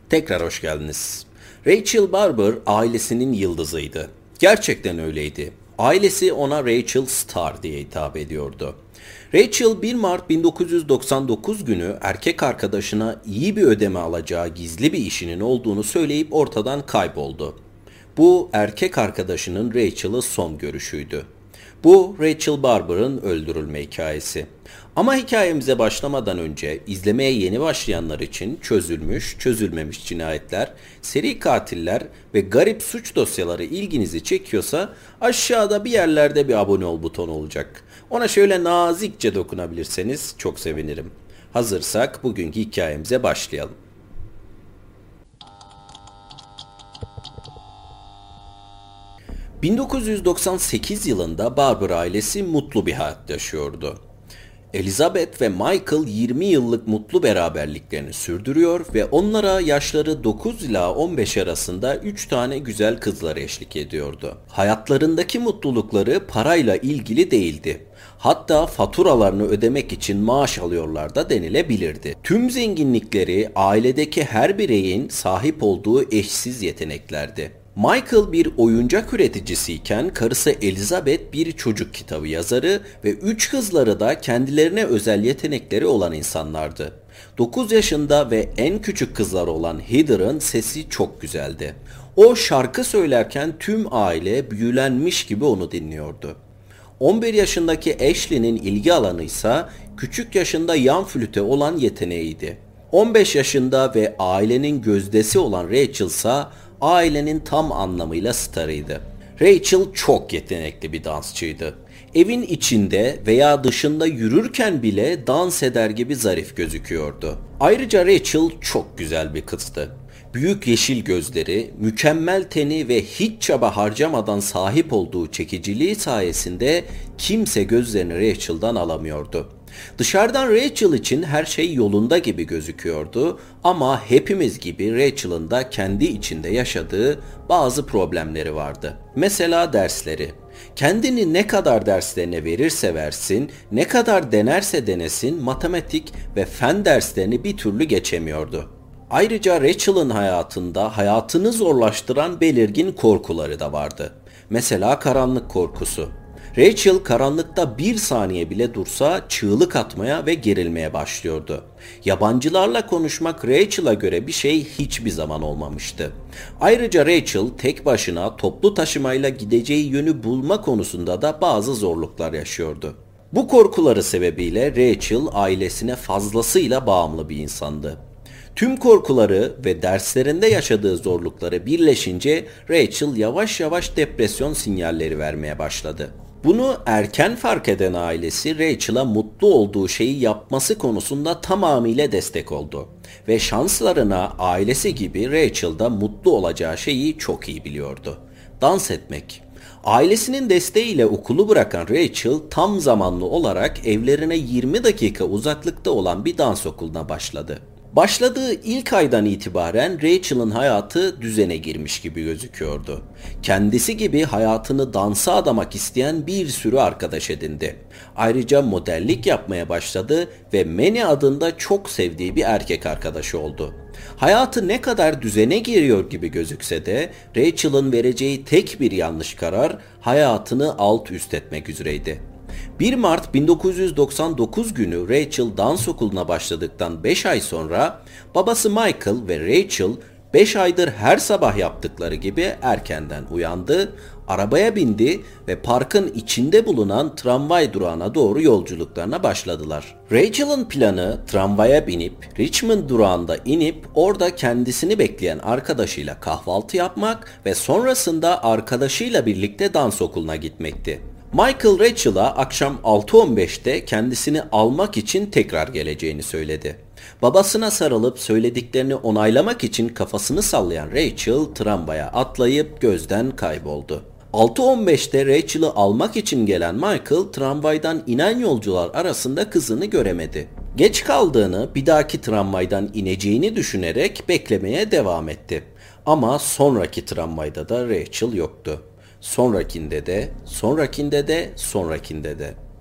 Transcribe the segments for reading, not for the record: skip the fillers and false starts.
Tekrar hoş geldiniz. Rachel Barber ailesinin yıldızıydı. Gerçekten öyleydi. Ailesi ona Rachel Star diye hitap ediyordu. Rachel 1 Mart 1999 günü erkek arkadaşına iyi bir ödeme alacağı gizli bir işinin olduğunu söyleyip ortadan kayboldu. Bu erkek arkadaşının Rachel'ı son görüşüydü. Bu Rachel Barber'ın öldürülme hikayesi. Ama hikayemize başlamadan önce izlemeye yeni başlayanlar için çözülmüş, çözülmemiş cinayetler, seri katiller ve garip suç dosyaları ilginizi çekiyorsa aşağıda bir yerlerde bir abone ol butonu olacak. Ona şöyle nazikçe dokunabilirseniz çok sevinirim. Hazırsak bugünkü hikayemize başlayalım. 1998 yılında Barber ailesi mutlu bir hayat yaşıyordu. Elizabeth ve Michael 20 yıllık mutlu beraberliklerini sürdürüyor ve onlara yaşları 9 ila 15 arasında 3 tane güzel kızlar eşlik ediyordu. Hayatlarındaki mutlulukları parayla ilgili değildi. Hatta faturalarını ödemek için maaş alıyorlar da denilebilirdi. Tüm zenginlikleri ailedeki her bireyin sahip olduğu eşsiz yeteneklerdi. Michael bir oyuncak üreticisiyken karısı Elizabeth bir çocuk kitabı yazarı ve 3 kızları da kendilerine özel yetenekleri olan insanlardı. 9 yaşında ve en küçük kızları olan Heather'ın sesi çok güzeldi. O şarkı söylerken tüm aile büyülenmiş gibi onu dinliyordu. 11 yaşındaki Ashley'nin ilgi alanı ise küçük yaşında yan flüte olan yeteneğiydi. 15 yaşında ve ailenin gözdesi olan Rachel ise ailenin tam anlamıyla starıydı. Rachel çok yetenekli bir dansçıydı. Evin içinde veya dışında yürürken bile dans eder gibi zarif gözüküyordu. Ayrıca Rachel çok güzel bir kızdı. Büyük yeşil gözleri, mükemmel teni ve hiç çaba harcamadan sahip olduğu çekiciliği sayesinde kimse gözlerini Rachel'dan alamıyordu. Dışarıdan Rachel için her şey yolunda gibi gözüküyordu ama hepimiz gibi Rachel'ın da kendi içinde yaşadığı bazı problemleri vardı. Mesela dersleri. Kendini ne kadar derslerine verirse versin, ne kadar denerse denesin matematik ve fen derslerini bir türlü geçemiyordu. Ayrıca Rachel'ın hayatında hayatını zorlaştıran belirgin korkuları da vardı. Mesela karanlık korkusu. Rachel karanlıkta bir saniye bile dursa çığlık atmaya ve gerilmeye başlıyordu. Yabancılarla konuşmak Rachel'a göre bir şey hiçbir zaman olmamıştı. Ayrıca Rachel tek başına toplu taşımayla gideceği yönü bulma konusunda da bazı zorluklar yaşıyordu. Bu korkuları sebebiyle Rachel ailesine fazlasıyla bağımlı bir insandı. Tüm korkuları ve derslerinde yaşadığı zorlukları birleşince Rachel yavaş yavaş depresyon sinyalleri vermeye başladı. Bunu erken fark eden ailesi Rachel'a mutlu olduğu şeyi yapması konusunda tamamıyla destek oldu. Ve şanslarına ailesi gibi Rachel da mutlu olacağı şeyi çok iyi biliyordu. Dans etmek. Ailesinin desteğiyle okulu bırakan Rachel tam zamanlı olarak evlerine 20 dakika uzaklıkta olan bir dans okuluna başladı. Başladığı ilk aydan itibaren Rachel'ın hayatı düzene girmiş gibi gözüküyordu. Kendisi gibi hayatını dansa adamak isteyen bir sürü arkadaş edindi. Ayrıca modellik yapmaya başladı ve Manny adında çok sevdiği bir erkek arkadaşı oldu. Hayatı ne kadar düzene giriyor gibi gözükse de Rachel'ın vereceği tek bir yanlış karar hayatını alt üst etmek üzereydi. 1 Mart 1999 günü Rachel dans okuluna başladıktan 5 ay sonra babası Michael ve Rachel 5 aydır her sabah yaptıkları gibi erkenden uyandı, arabaya bindi ve parkın içinde bulunan tramvay durağına doğru yolculuklarına başladılar. Rachel'ın planı tramvaya binip Richmond durağında inip orada kendisini bekleyen arkadaşıyla kahvaltı yapmak ve sonrasında arkadaşıyla birlikte dans okuluna gitmekti. Michael Rachel'a akşam 6:15'te kendisini almak için tekrar geleceğini söyledi. Babasına sarılıp söylediklerini onaylamak için kafasını sallayan Rachel tramvaya atlayıp gözden kayboldu. 6:15'te Rachel'ı almak için gelen Michael tramvaydan inen yolcular arasında kızını göremedi. Geç kaldığını, bir dahaki tramvaydan ineceğini düşünerek beklemeye devam etti. Ama sonraki tramvayda da Rachel yoktu. Sonrakinde de.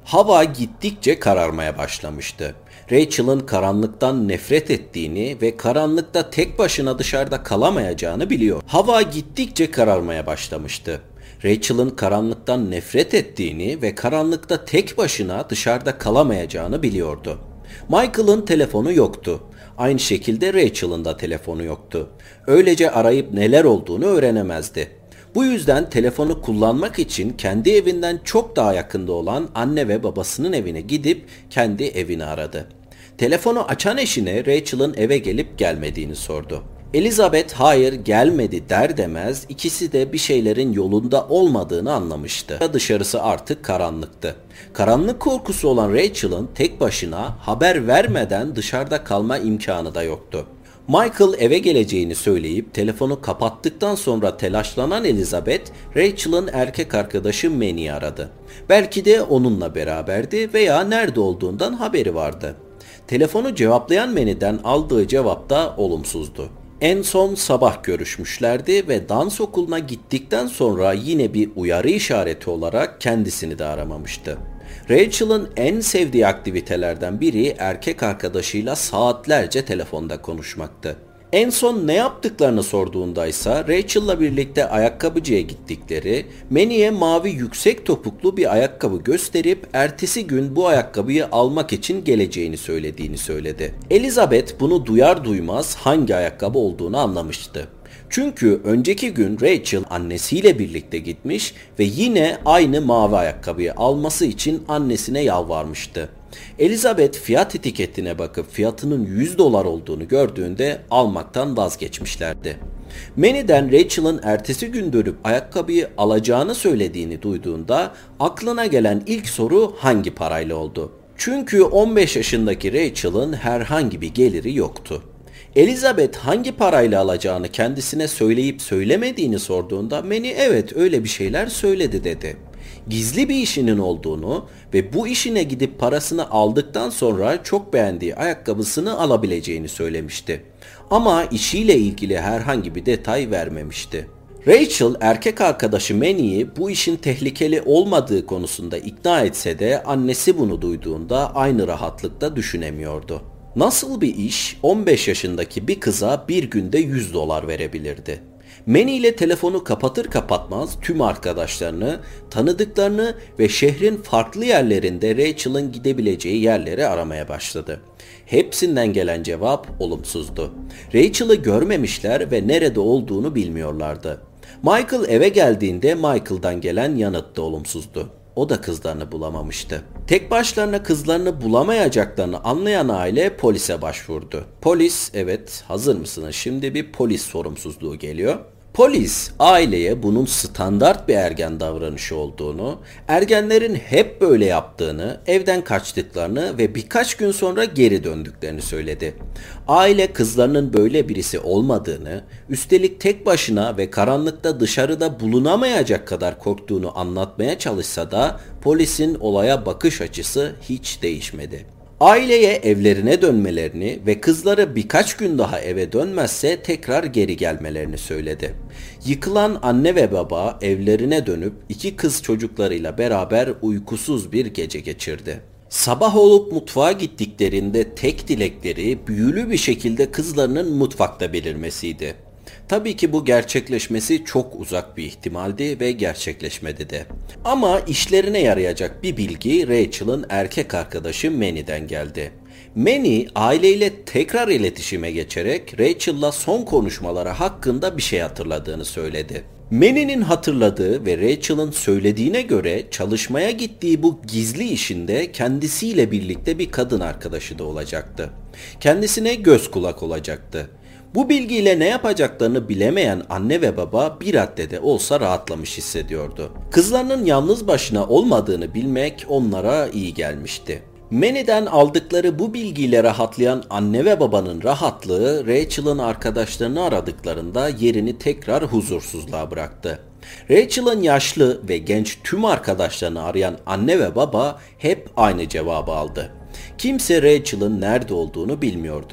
Hava gittikçe kararmaya başlamıştı. Rachel'ın karanlıktan nefret ettiğini ve karanlıkta tek başına dışarıda kalamayacağını biliyor. Hava gittikçe kararmaya başlamıştı. Rachel'ın karanlıktan nefret ettiğini ve karanlıkta tek başına dışarıda kalamayacağını biliyordu. Michael'ın telefonu yoktu. Aynı şekilde Rachel'ın da telefonu yoktu. Öylece arayıp neler olduğunu öğrenemezdi. Bu yüzden telefonu kullanmak için kendi evinden çok daha yakında olan anne ve babasının evine gidip kendi evini aradı. Telefonu açan eşine Rachel'ın eve gelip gelmediğini sordu. Elizabeth hayır gelmedi der demez ikisi de bir şeylerin yolunda olmadığını anlamıştı. Dışarısı artık karanlıktı. Karanlık korkusu olan Rachel'ın tek başına haber vermeden dışarıda kalma imkanı da yoktu. Michael eve geleceğini söyleyip telefonu kapattıktan sonra telaşlanan Elizabeth, Rachel'ın erkek arkadaşı Manny'i aradı. Belki de onunla beraberdi veya nerede olduğundan haberi vardı. Telefonu cevaplayan Manny'den aldığı cevap da olumsuzdu. En son sabah görüşmüşlerdi ve dans okuluna gittikten sonra yine bir uyarı işareti olarak kendisini de aramamıştı. Rachel'ın en sevdiği aktivitelerden biri erkek arkadaşıyla saatlerce telefonda konuşmaktı. En son ne yaptıklarını sorduğunda ise Rachel'la birlikte ayakkabıcıya gittikleri, Manny'e mavi yüksek topuklu bir ayakkabı gösterip ertesi gün bu ayakkabıyı almak için geleceğini söylediğini söyledi. Elizabeth bunu duyar duymaz hangi ayakkabı olduğunu anlamıştı. Çünkü önceki gün Rachel annesiyle birlikte gitmiş ve yine aynı mavi ayakkabıyı alması için annesine yalvarmıştı. Elizabeth fiyat etiketine bakıp fiyatının $100 olduğunu gördüğünde almaktan vazgeçmişlerdi. Manny'den Rachel'ın ertesi gün dönüp ayakkabıyı alacağını söylediğini duyduğunda aklına gelen ilk soru hangi parayla oldu? Çünkü 15 yaşındaki Rachel'ın herhangi bir geliri yoktu. Elizabeth hangi parayla alacağını kendisine söyleyip söylemediğini sorduğunda Manny evet öyle bir şeyler söyledi dedi. Gizli bir işinin olduğunu ve bu işine gidip parasını aldıktan sonra çok beğendiği ayakkabısını alabileceğini söylemişti. Ama işiyle ilgili herhangi bir detay vermemişti. Rachel erkek arkadaşı Manny'i bu işin tehlikeli olmadığı konusunda ikna etse de annesi bunu duyduğunda aynı rahatlıkta düşünemiyordu. Nasıl bir iş 15 yaşındaki bir kıza bir günde $100 verebilirdi? Manny ile telefonu kapatır kapatmaz tüm arkadaşlarını, tanıdıklarını ve şehrin farklı yerlerinde Rachel'ın gidebileceği yerleri aramaya başladı. Hepsinden gelen cevap olumsuzdu. Rachel'ı görmemişler ve nerede olduğunu bilmiyorlardı. Michael eve geldiğinde Michael'dan gelen yanıt da olumsuzdu. O da kızlarını bulamamıştı. Tek başlarına kızlarını bulamayacaklarını anlayan aile polise başvurdu. Polis, evet hazır mısınız? Şimdi bir polis sorumsuzluğu geliyor. Polis aileye bunun standart bir ergen davranışı olduğunu, ergenlerin hep böyle yaptığını, evden kaçtıklarını ve birkaç gün sonra geri döndüklerini söyledi. Aile kızlarının böyle birisi olmadığını, üstelik tek başına ve karanlıkta dışarıda bulunamayacak kadar korktuğunu anlatmaya çalışsa da polisin olaya bakış açısı hiç değişmedi. Aileye evlerine dönmelerini ve kızları birkaç gün daha eve dönmezse tekrar geri gelmelerini söyledi. Yıkılan anne ve baba evlerine dönüp iki kız çocuklarıyla beraber uykusuz bir gece geçirdi. Sabah olup mutfağa gittiklerinde tek dilekleri büyülü bir şekilde kızlarının mutfakta belirmesiydi. Tabii ki bu gerçekleşmesi çok uzak bir ihtimaldi ve gerçekleşmedi de. Ama işlerine yarayacak bir bilgi Rachel'ın erkek arkadaşı Manny'den geldi. Manny aileyle tekrar iletişime geçerek Rachel'la son konuşmaları hakkında bir şey hatırladığını söyledi. Manny'nin hatırladığı ve Rachel'ın söylediğine göre çalışmaya gittiği bu gizli işinde kendisiyle birlikte bir kadın arkadaşı da olacaktı. Kendisine göz kulak olacaktı. Bu bilgiyle ne yapacaklarını bilemeyen anne ve baba bir raddede olsa rahatlamış hissediyordu. Kızlarının yalnız başına olmadığını bilmek onlara iyi gelmişti. Manny'den aldıkları bu bilgiyle rahatlayan anne ve babanın rahatlığı Rachel'ın arkadaşlarını aradıklarında yerini tekrar huzursuzluğa bıraktı. Rachel'ın yaşlı ve genç tüm arkadaşlarını arayan anne ve baba hep aynı cevabı aldı. Kimse Rachel'ın nerede olduğunu bilmiyordu.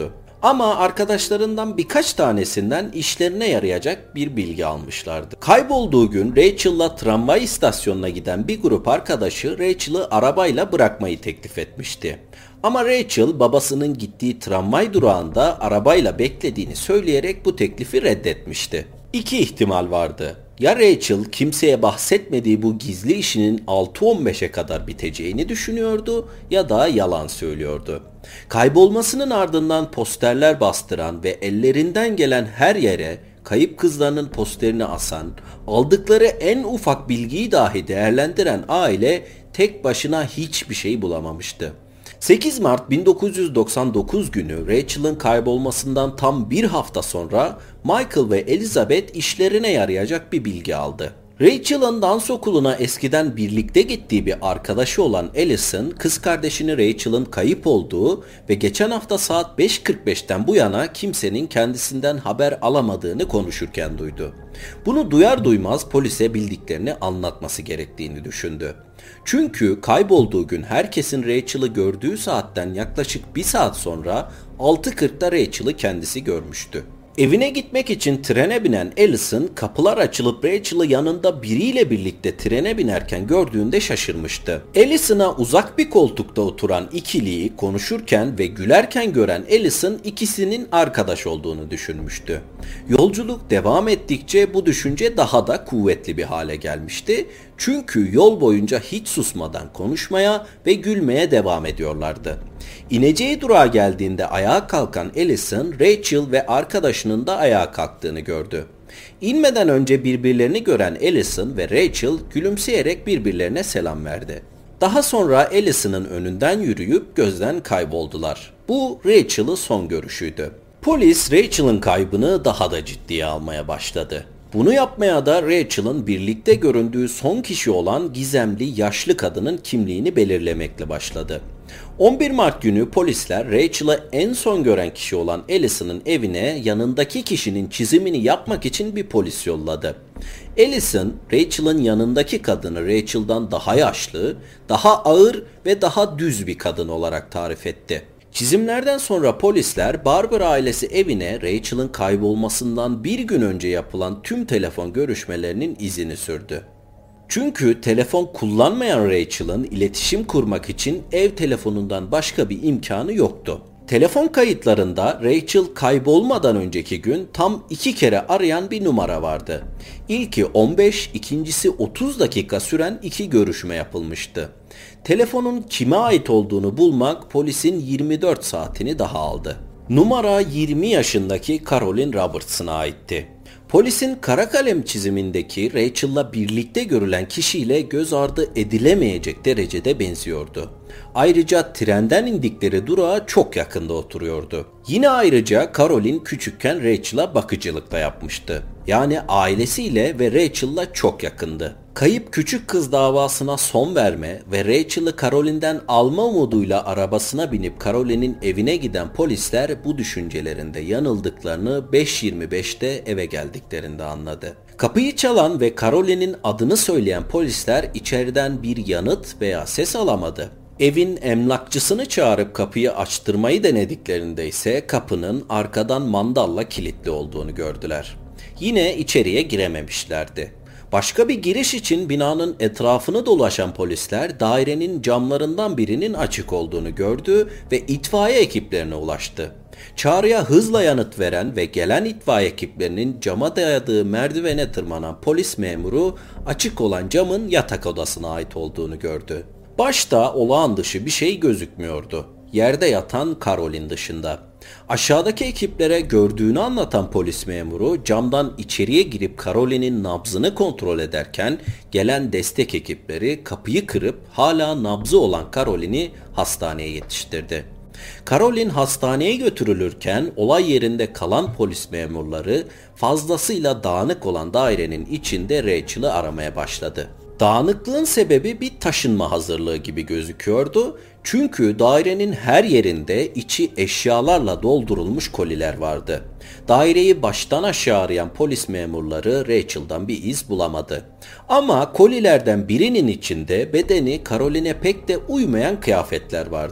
Ama arkadaşlarından birkaç tanesinden işlerine yarayacak bir bilgi almışlardı. Kaybolduğu gün Rachel'la tramvay istasyonuna giden bir grup arkadaşı Rachel'ı arabayla bırakmayı teklif etmişti. Ama Rachel babasının gittiği tramvay durağında arabayla beklediğini söyleyerek bu teklifi reddetmişti. İki ihtimal vardı. Ya Rachel kimseye bahsetmediği bu gizli işinin 6-15'e kadar biteceğini düşünüyordu ya da yalan söylüyordu. Kaybolmasının ardından posterler bastıran ve ellerinden gelen her yere kayıp kızlarının posterini asan, aldıkları en ufak bilgiyi dahi değerlendiren aile tek başına hiçbir şey bulamamıştı. 8 Mart 1999 günü Rachel'ın kaybolmasından tam bir hafta sonra Michael ve Elizabeth işlerine yarayacak bir bilgi aldı. Rachel'ın dans okuluna eskiden birlikte gittiği bir arkadaşı olan Allison, kız kardeşini Rachel'ın kayıp olduğu ve geçen hafta saat 5:45'ten bu yana kimsenin kendisinden haber alamadığını konuşurken duydu. Bunu duyar duymaz polise bildiklerini anlatması gerektiğini düşündü. Çünkü kaybolduğu gün herkesin Rachel'ı gördüğü saatten yaklaşık bir saat sonra 6:40'da Rachel'ı kendisi görmüştü. Evine gitmek için trene binen Allison kapılar açılıp Rachel'ı yanında biriyle birlikte trene binerken gördüğünde şaşırmıştı. Allison'a uzak bir koltukta oturan ikiliyi konuşurken ve gülerken gören Allison ikisinin arkadaş olduğunu düşünmüştü. Yolculuk devam ettikçe bu düşünce daha da kuvvetli bir hale gelmişti. Çünkü yol boyunca hiç susmadan konuşmaya ve gülmeye devam ediyorlardı. İneceği durağa geldiğinde ayağa kalkan Allison, Rachel ve arkadaşının da ayağa kalktığını gördü. İnmeden önce birbirlerini gören Allison ve Rachel gülümseyerek birbirlerine selam verdi. Daha sonra Allison'ın önünden yürüyüp gözden kayboldular. Bu Rachel'ın son görüşüydü. Polis Rachel'ın kaybını daha da ciddiye almaya başladı. Bunu yapmaya da Rachel'ın birlikte göründüğü son kişi olan gizemli yaşlı kadının kimliğini belirlemekle başladı. 11 Mart günü polisler Rachel'ı en son gören kişi olan Allison'ın evine yanındaki kişinin çizimini yapmak için bir polis yolladı. Allison, Rachel'ın yanındaki kadını Rachel'dan daha yaşlı, daha ağır ve daha düz bir kadın olarak tarif etti. Çizimlerden sonra polisler Barber ailesi evine Rachel'ın kaybolmasından bir gün önce yapılan tüm telefon görüşmelerinin izini sürdü. Çünkü telefon kullanmayan Rachel'ın iletişim kurmak için ev telefonundan başka bir imkanı yoktu. Telefon kayıtlarında Rachel kaybolmadan önceki gün tam 2 kere arayan bir numara vardı. İlki 15, ikincisi 30 dakika süren 2 görüşme yapılmıştı. Telefonun kime ait olduğunu bulmak polisin 24 saatini daha aldı. Numara 20 yaşındaki Carolyn Robertson'a aitti. Polisin kara kalem çizimindeki Rachel'la birlikte görülen kişiyle göz ardı edilemeyecek derecede benziyordu. Ayrıca trenden indikleri durağa çok yakında oturuyordu. Yine ayrıca Carolyn küçükken Rachel'a bakıcılıkta yapmıştı. Yani ailesiyle ve Rachel'la çok yakındı. Kayıp küçük kız davasına son verme ve Rachel'ı Carolyn'den alma umuduyla arabasına binip Carolyn'in evine giden polisler bu düşüncelerinde yanıldıklarını 5:25'te eve geldiklerinde anladı. Kapıyı çalan ve Carolyn'in adını söyleyen polisler içeriden bir yanıt veya ses alamadı. Evin emlakçısını çağırıp kapıyı açtırmayı denediklerinde ise kapının arkadan mandalla kilitli olduğunu gördüler. Yine içeriye girememişlerdi. Başka bir giriş için binanın etrafını dolaşan polisler dairenin camlarından birinin açık olduğunu gördü ve itfaiye ekiplerine ulaştı. Çağrıya hızla yanıt veren ve gelen itfaiye ekiplerinin cama dayadığı merdivene tırmanan polis memuru açık olan camın yatak odasına ait olduğunu gördü. Başta olağan dışı bir şey gözükmüyordu. Yerde yatan Carolyn dışında. Aşağıdaki ekiplere gördüğünü anlatan polis memuru camdan içeriye girip Carolyn'in nabzını kontrol ederken gelen destek ekipleri kapıyı kırıp hala nabzı olan Carolyn'i hastaneye yetiştirdi. Carolyn hastaneye götürülürken olay yerinde kalan polis memurları fazlasıyla dağınık olan dairenin içinde Rachel'ı aramaya başladı. Dağınıklığın sebebi bir taşınma hazırlığı gibi gözüküyordu. Çünkü dairenin her yerinde içi eşyalarla doldurulmuş koliler vardı. Daireyi baştan aşağı arayan polis memurları Rachel'dan bir iz bulamadı. Ama kolilerden birinin içinde bedeni Carolyn'e pek de uymayan kıyafetler vardı.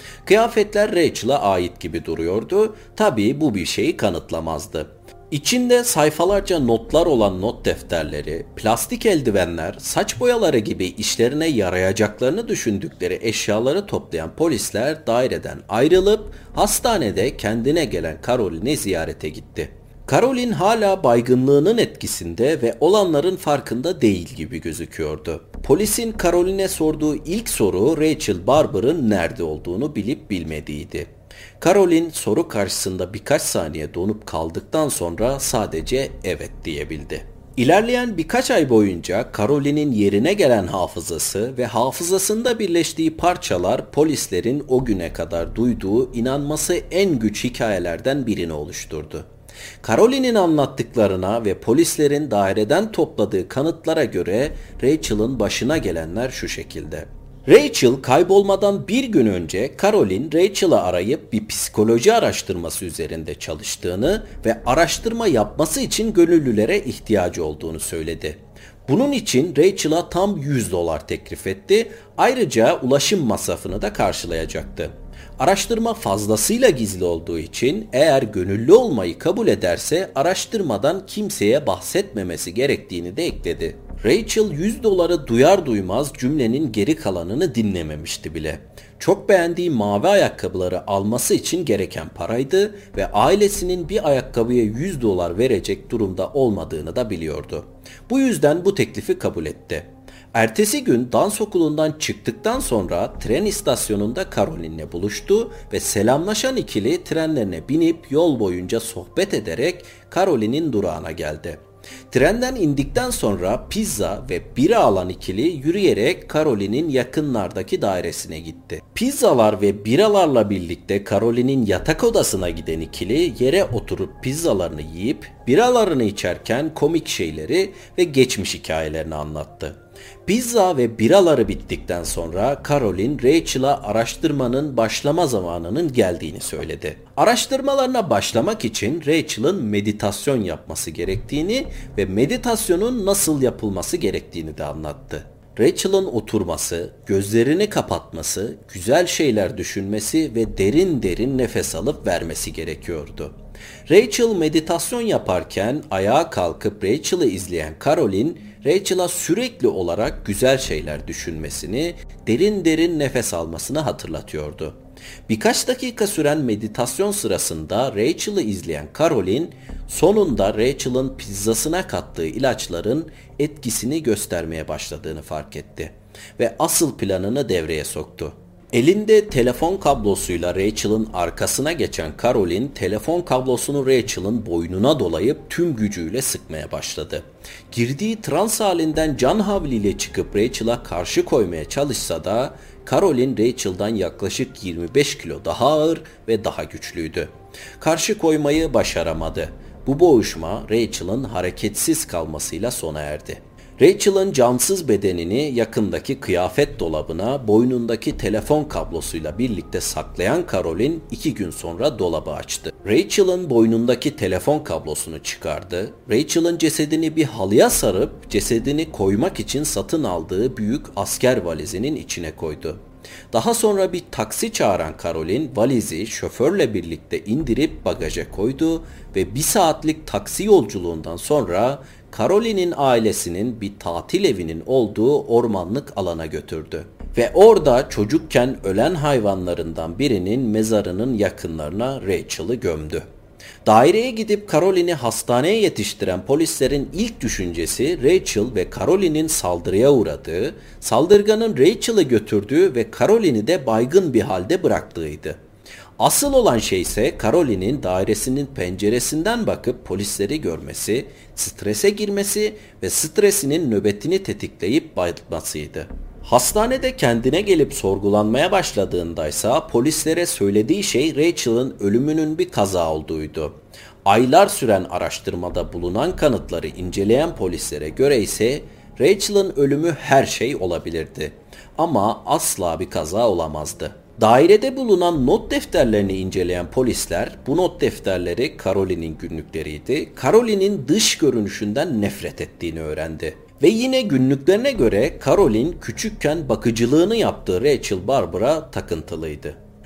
Kıyafetler Rachel'a ait gibi duruyordu. Tabii bu bir şeyi kanıtlamazdı. İçinde sayfalarca notlar olan not defterleri, plastik eldivenler, saç boyaları gibi işlerine yarayacaklarını düşündükleri eşyaları toplayan polisler daireden ayrılıp hastanede kendine gelen Caroline'i ziyarete gitti. Caroline hala baygınlığının etkisinde ve olanların farkında değil gibi gözüküyordu. Polisin Caroline'e sorduğu ilk soru Rachel Barber'ın nerede olduğunu bilip bilmediğiydi. Caroline soru karşısında birkaç saniye donup kaldıktan sonra sadece evet diyebildi. İlerleyen birkaç ay boyunca Caroline'in yerine gelen hafızası ve hafızasında birleştiği parçalar polislerin o güne kadar duyduğu inanması en güç hikayelerden birini oluşturdu. Caroline'in anlattıklarına ve polislerin daireden topladığı kanıtlara göre Rachel'ın başına gelenler şu şekilde. Rachel kaybolmadan bir gün önce Caroline Rachel'ı arayıp bir psikoloji araştırması üzerinde çalıştığını ve araştırma yapması için gönüllülere ihtiyacı olduğunu söyledi. Bunun için Rachel'a tam $100 teklif etti. Ayrıca ulaşım masrafını da karşılayacaktı. Araştırma fazlasıyla gizli olduğu için eğer gönüllü olmayı kabul ederse araştırmadan kimseye bahsetmemesi gerektiğini de ekledi. Rachel $100 duyar duymaz cümlenin geri kalanını dinlememişti bile. Çok beğendiği mavi ayakkabıları alması için gereken paraydı ve ailesinin bir ayakkabıya $100 verecek durumda olmadığını da biliyordu. Bu yüzden bu teklifi kabul etti. Ertesi gün dans okulundan çıktıktan sonra tren istasyonunda Caroline'le buluştu ve selamlaşan ikili trenlerine binip yol boyunca sohbet ederek Caroline'in durağına geldi. Trenden indikten sonra pizza ve bira alan ikili yürüyerek Caroline'in yakınlardaki dairesine gitti. Pizzalar ve biralarla birlikte Caroline'in yatak odasına giden ikili yere oturup pizzalarını yiyip biralarını içerken komik şeyleri ve geçmiş hikayelerini anlattı. Pizza ve biraları bittikten sonra Caroline Rachel'a araştırmanın başlama zamanının geldiğini söyledi. Araştırmalarına başlamak için Rachel'ın meditasyon yapması gerektiğini ve meditasyonun nasıl yapılması gerektiğini de anlattı. Rachel'ın oturması, gözlerini kapatması, güzel şeyler düşünmesi ve derin derin nefes alıp vermesi gerekiyordu. Rachel meditasyon yaparken ayağa kalkıp Rachel'ı izleyen Caroline, Rachel'a sürekli olarak güzel şeyler düşünmesini, derin derin nefes almasını hatırlatıyordu. Birkaç dakika süren meditasyon sırasında Rachel'ı izleyen Caroline, sonunda Rachel'ın pizzasına kattığı ilaçların etkisini göstermeye başladığını fark etti ve asıl planını devreye soktu. Elinde telefon kablosuyla Rachel'ın arkasına geçen Caroline, telefon kablosunu Rachel'ın boynuna dolayıp tüm gücüyle sıkmaya başladı. Girdiği trans halinden can havliyle çıkıp Rachel'a karşı koymaya çalışsa da Caroline Rachel'dan yaklaşık 25 kilo daha ağır ve daha güçlüydü. Karşı koymayı başaramadı. Bu boğuşma Rachel'ın hareketsiz kalmasıyla sona erdi. Rachel'ın cansız bedenini yakındaki kıyafet dolabına boynundaki telefon kablosuyla birlikte saklayan Caroline 2 gün sonra dolabı açtı. Rachel'ın boynundaki telefon kablosunu çıkardı. Rachel'ın cesedini bir halıya sarıp cesedini koymak için satın aldığı büyük asker valizinin içine koydu. Daha sonra bir taksi çağıran Caroline valizi şoförle birlikte indirip bagaja koydu ve 1 saatlik taksi yolculuğundan sonra Caroline'in ailesinin bir tatil evinin olduğu ormanlık alana götürdü. Ve orada çocukken ölen hayvanlarından birinin mezarının yakınlarına Rachel'ı gömdü. Daireye gidip Caroline'i hastaneye yetiştiren polislerin ilk düşüncesi Rachel ve Caroline'in saldırıya uğradığı, saldırganın Rachel'ı götürdüğü ve Caroline'i de baygın bir halde bıraktığıydı. Asıl olan şey ise Caroline'in dairesinin penceresinden bakıp polisleri görmesi, strese girmesi ve stresinin nöbetini tetikleyip bayıltmasıydı. Hastanede kendine gelip sorgulanmaya başladığındaysa polislere söylediği şey Rachel'ın ölümünün bir kaza olduğuydu. Aylar süren araştırmada bulunan kanıtları inceleyen polislere göre ise Rachel'ın ölümü her şey olabilirdi. Ama asla bir kaza olamazdı. Dairede bulunan not defterlerini inceleyen polisler, bu not defterleri Caroline'in günlükleriydi. Caroline'in dış görünüşünden nefret ettiğini öğrendi. Ve yine günlüklerine göre Caroline küçükken bakıcılığını yaptığı Rachel Barber'a takıntılıydı.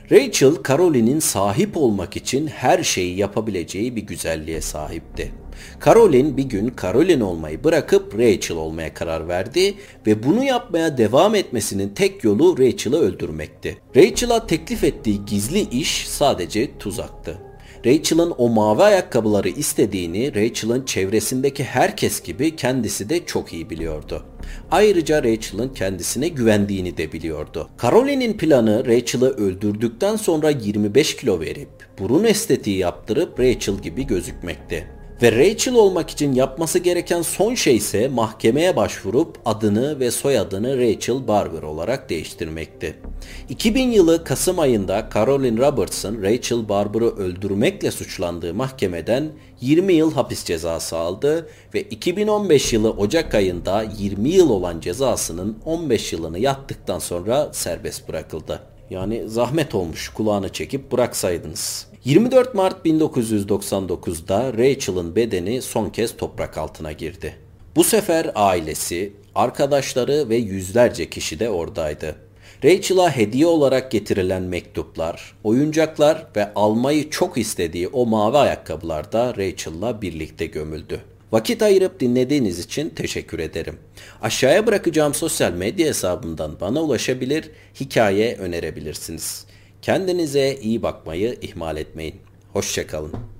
Rachel, Caroline'in sahip olmak için her şeyi yapabileceği bir güzelliğe sahipti. Caroline bir gün Caroline olmayı bırakıp Rachel olmaya karar verdi ve bunu yapmaya devam etmesinin tek yolu Rachel'ı öldürmekti. Rachel'a teklif ettiği gizli iş sadece tuzaktı. Rachel'ın o mavi ayakkabıları istediğini Rachel'ın çevresindeki herkes gibi kendisi de çok iyi biliyordu. Ayrıca Rachel'ın kendisine güvendiğini de biliyordu. Caroline'in planı Rachel'ı öldürdükten sonra 25 kilo verip burun estetiği yaptırıp Rachel gibi gözükmekti. Ve Rachel olmak için yapması gereken son şey ise mahkemeye başvurup adını ve soyadını Rachel Barber olarak değiştirmekti. 2000 yılı Kasım ayında Caroline Robertson, Rachel Barber'ı öldürmekle suçlandığı mahkemeden 20 yıl hapis cezası aldı ve 2015 yılı Ocak ayında 20 yıl olan cezasının 15 yılını yattıktan sonra serbest bırakıldı. Yani zahmet olmuş, kulağını çekip bıraksaydınız. 24 Mart 1999'da Rachel'ın bedeni son kez toprak altına girdi. Bu sefer ailesi, arkadaşları ve yüzlerce kişi de oradaydı. Rachel'a hediye olarak getirilen mektuplar, oyuncaklar ve almayı çok istediği o mavi ayakkabılar da Rachel'la birlikte gömüldü. Vakit ayırıp dinlediğiniz için teşekkür ederim. Aşağıya bırakacağım sosyal medya hesabımdan bana ulaşabilir, hikaye önerebilirsiniz. Kendinize iyi bakmayı ihmal etmeyin. Hoşça kalın.